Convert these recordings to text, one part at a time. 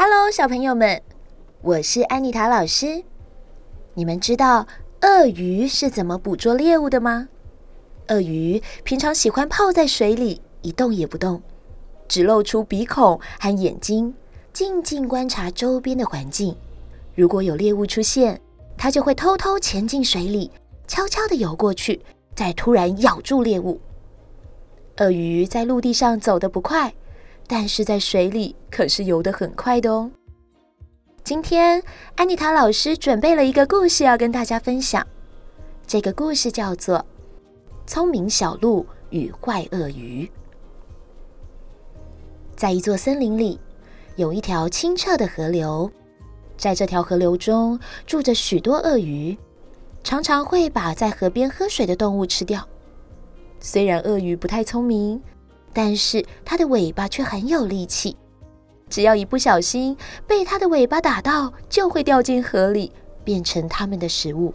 Hello， 小朋友们，我是安妮塔老师。你们知道鳄鱼是怎么捕捉猎物的吗？鳄鱼平常喜欢泡在水里，一动也不动，只露出鼻孔和眼睛，静静观察周边的环境。如果有猎物出现，它就会偷偷潜进水里，悄悄地游过去，再突然咬住猎物。鳄鱼在陆地上走得不快，但是在水里可是游得很快的哦。今天安妮塔老师准备了一个故事要跟大家分享，这个故事叫做《聪明小鹿与坏鳄鱼》。在一座森林里，有一条清澈的河流，在这条河流中住着许多鳄鱼，常常会把在河边喝水的动物吃掉。虽然鳄鱼不太聪明，但是它的尾巴却很有力气，只要一不小心被它的尾巴打到，就会掉进河里，变成它们的食物。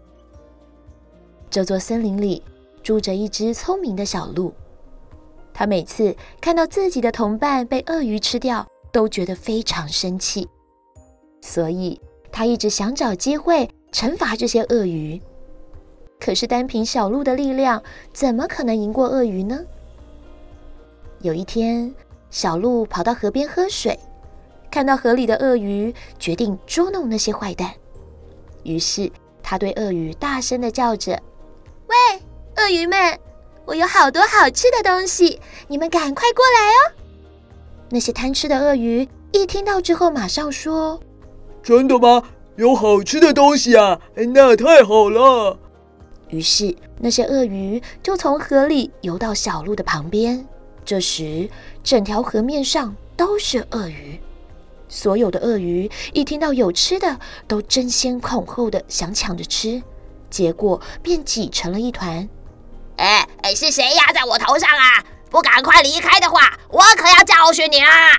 这座森林里住着一只聪明的小鹿，它每次看到自己的同伴被鳄鱼吃掉，都觉得非常生气，所以它一直想找机会惩罚这些鳄鱼。可是单凭小鹿的力量，怎么可能赢过鳄鱼呢？有一天，小鹿跑到河边喝水，看到河里的鳄鱼，决定捉弄那些坏蛋。于是他对鳄鱼大声地叫着：喂，鳄鱼们，我有好多好吃的东西，你们赶快过来哦！那些贪吃的鳄鱼一听到之后，马上说： 真的吗？有好吃的东西啊？那太好了！ 于是那些鳄鱼就从河里游到小鹿的旁边。这时，整条河面上都是鳄鱼，所有的鳄鱼一听到有吃的，都争先恐后的想抢着吃，结果便挤成了一团。 是谁压在我头上啊？不赶快离开的话，我可要教训你啦！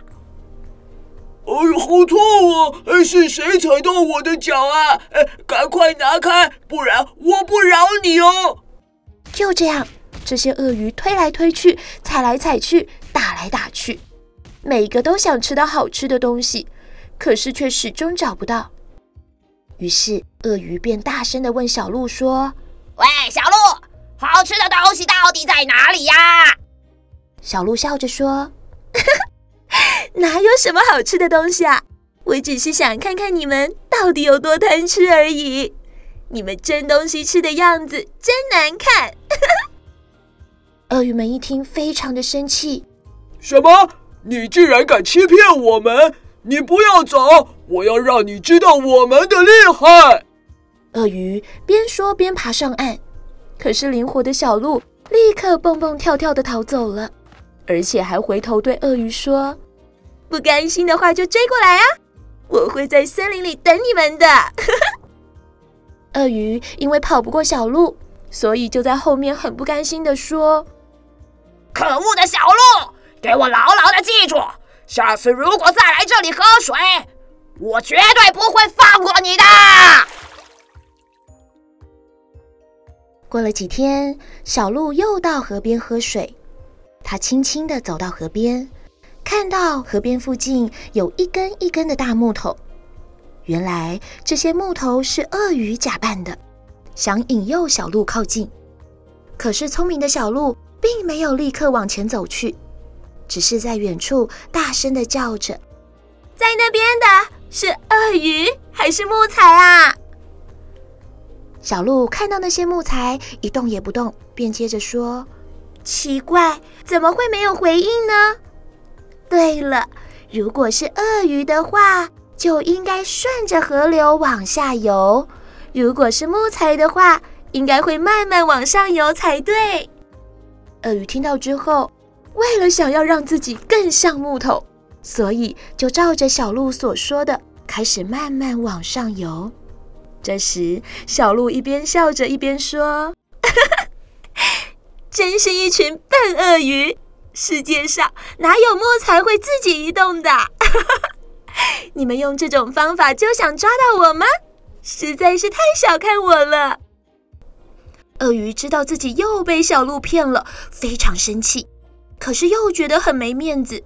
好痛啊！是谁踩到我的脚啊？赶快拿开，不然我不饶你哦！ 就这样，这些鳄鱼推来推去，踩来踩去，打来打去，每个都想吃到好吃的东西，可是却始终找不到。于是鳄鱼便大声地问小鹿说： 喂，小鹿，好吃的东西到底在哪里呀？ 小鹿笑着说：哪有什么好吃的东西啊，我只是想看看你们到底有多贪吃而已，你们争东西吃的样子真难看。鳄鱼们一听非常的生气。 什么？你竟然敢欺骗我们！你不要走，我要让你知道我们的厉害！ 鳄鱼边说边爬上岸，可是灵活的小鹿立刻蹦蹦跳跳的逃走了，而且还回头对鳄鱼说：不甘心的话就追过来啊，我会在森林里等你们的。鳄鱼因为跑不过小鹿，所以就在后面很不甘心地说： 可恶的小鹿，给我牢牢的记住，下次如果再来这里喝水，我绝对不会放过你的。 过了几天，小鹿又到河边喝水，它轻轻地走到河边，看到河边附近有一根一根的大木头，原来这些木头是鳄鱼假扮的，想引诱小鹿靠近。可是聪明的小鹿并没有立刻往前走去，只是在远处大声地叫着：在那边的是鳄鱼还是木材啊？小鹿看到那些木材一动也不动，便接着说：奇怪，怎么会没有回应呢？对了，如果是鳄鱼的话，就应该顺着河流往下游，如果是木材的话，应该会慢慢往上游才对。鳄鱼听到之后，为了想要让自己更像木头，所以就照着小鹿所说的，开始慢慢往上游。这时，小鹿一边笑着一边说：真是一群笨鳄鱼，世界上哪有木材会自己移动的？你们用这种方法就想抓到我吗？实在是太小看我了。鳄鱼知道自己又被小鹿骗了，非常生气，可是又觉得很没面子，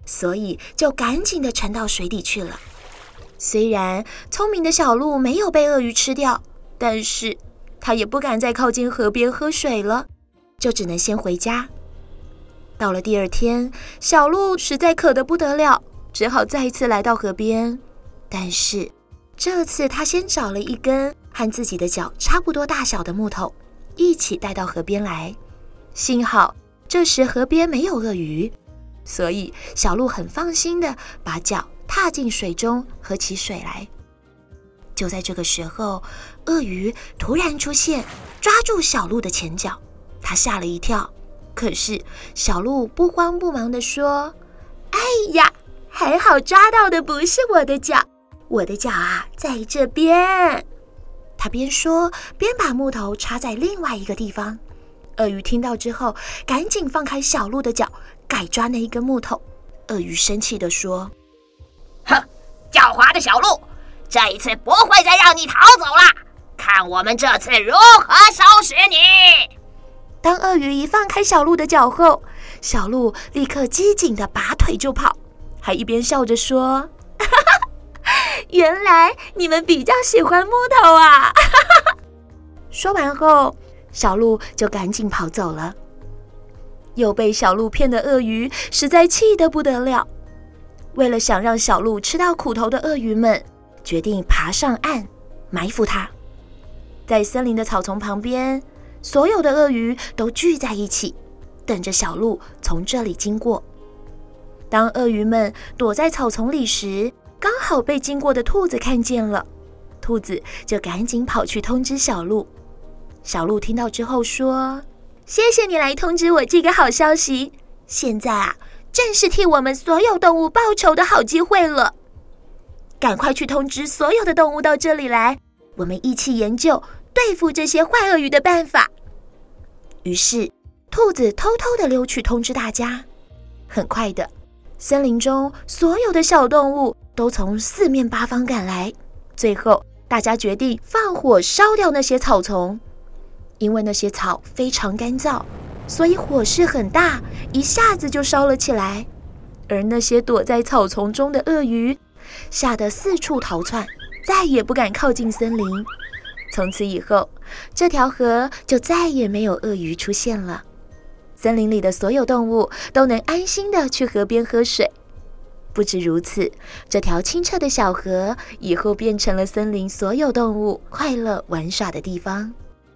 所以就赶紧地沉到水底去了。虽然聪明的小鹿没有被鳄鱼吃掉，但是它也不敢再靠近河边喝水了，就只能先回家。到了第二天，小鹿实在渴得不得了，只好再次来到河边。但是这次他先找了一根和自己的脚差不多大小的木头，一起带到河边来。幸好这时河边没有鳄鱼，所以小鹿很放心地把脚踏进水中喝起水来。就在这个时候，鳄鱼突然出现，抓住小鹿的前脚，他吓了一跳。可是小鹿不慌不忙地说：“哎呀，还好抓到的不是我的脚，我的脚啊在这边。”他边说边把木头插在另外一个地方。鳄鱼听到之后，赶紧放开小鹿的脚，改抓那一根木头。鳄鱼生气地说：“ 哼，狡猾的小鹿，这一次不会再让你逃走了，看我们这次如何收拾你！” 当鳄鱼一放开小鹿的脚后，小鹿立刻机警地拔腿就跑，还一边笑着说：“原来你们比较喜欢木头啊！”说完后，小鹿就赶紧跑走了。又被小鹿骗的鳄鱼实在气得不得了。为了想让小鹿吃到苦头的鳄鱼们决定爬上岸埋伏它。在森林的草丛旁边，所有的鳄鱼都聚在一起，等着小鹿从这里经过。当鳄鱼们躲在草丛里时，刚好被经过的兔子看见了。兔子就赶紧跑去通知小鹿。小鹿听到之后说：“谢谢你来通知我这个好消息，现在啊，正是替我们所有动物报仇的好机会了。赶快去通知所有的动物到这里来，我们一起研究对付这些坏鳄鱼的办法。”于是兔子偷偷地溜去通知大家。很快的，森林中所有的小动物都从四面八方赶来。最后大家决定放火烧掉那些草丛。因为那些草非常干燥，所以火势很大，一下子就烧了起来。而那些躲在草丛中的鳄鱼吓得四处逃窜，再也不敢靠近森林。从此以后，这条河就再也没有鳄鱼出现了。森林里的所有动物都能安心地去河边喝水。不止如此，这条清澈的小河以后变成了森林所有动物快乐玩耍的地方。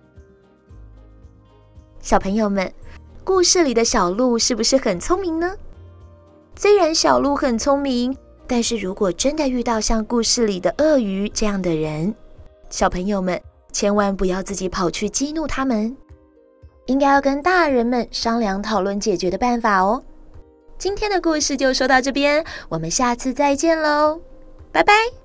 小朋友们，故事里的小鹿是不是很聪明呢？虽然小鹿很聪明，但是如果真的遇到像故事里的鳄鱼这样的人，小朋友们千万不要自己跑去激怒他们，应该要跟大人们商量讨论解决的办法哦。今天的故事就说到这边，我们下次再见喽，拜拜。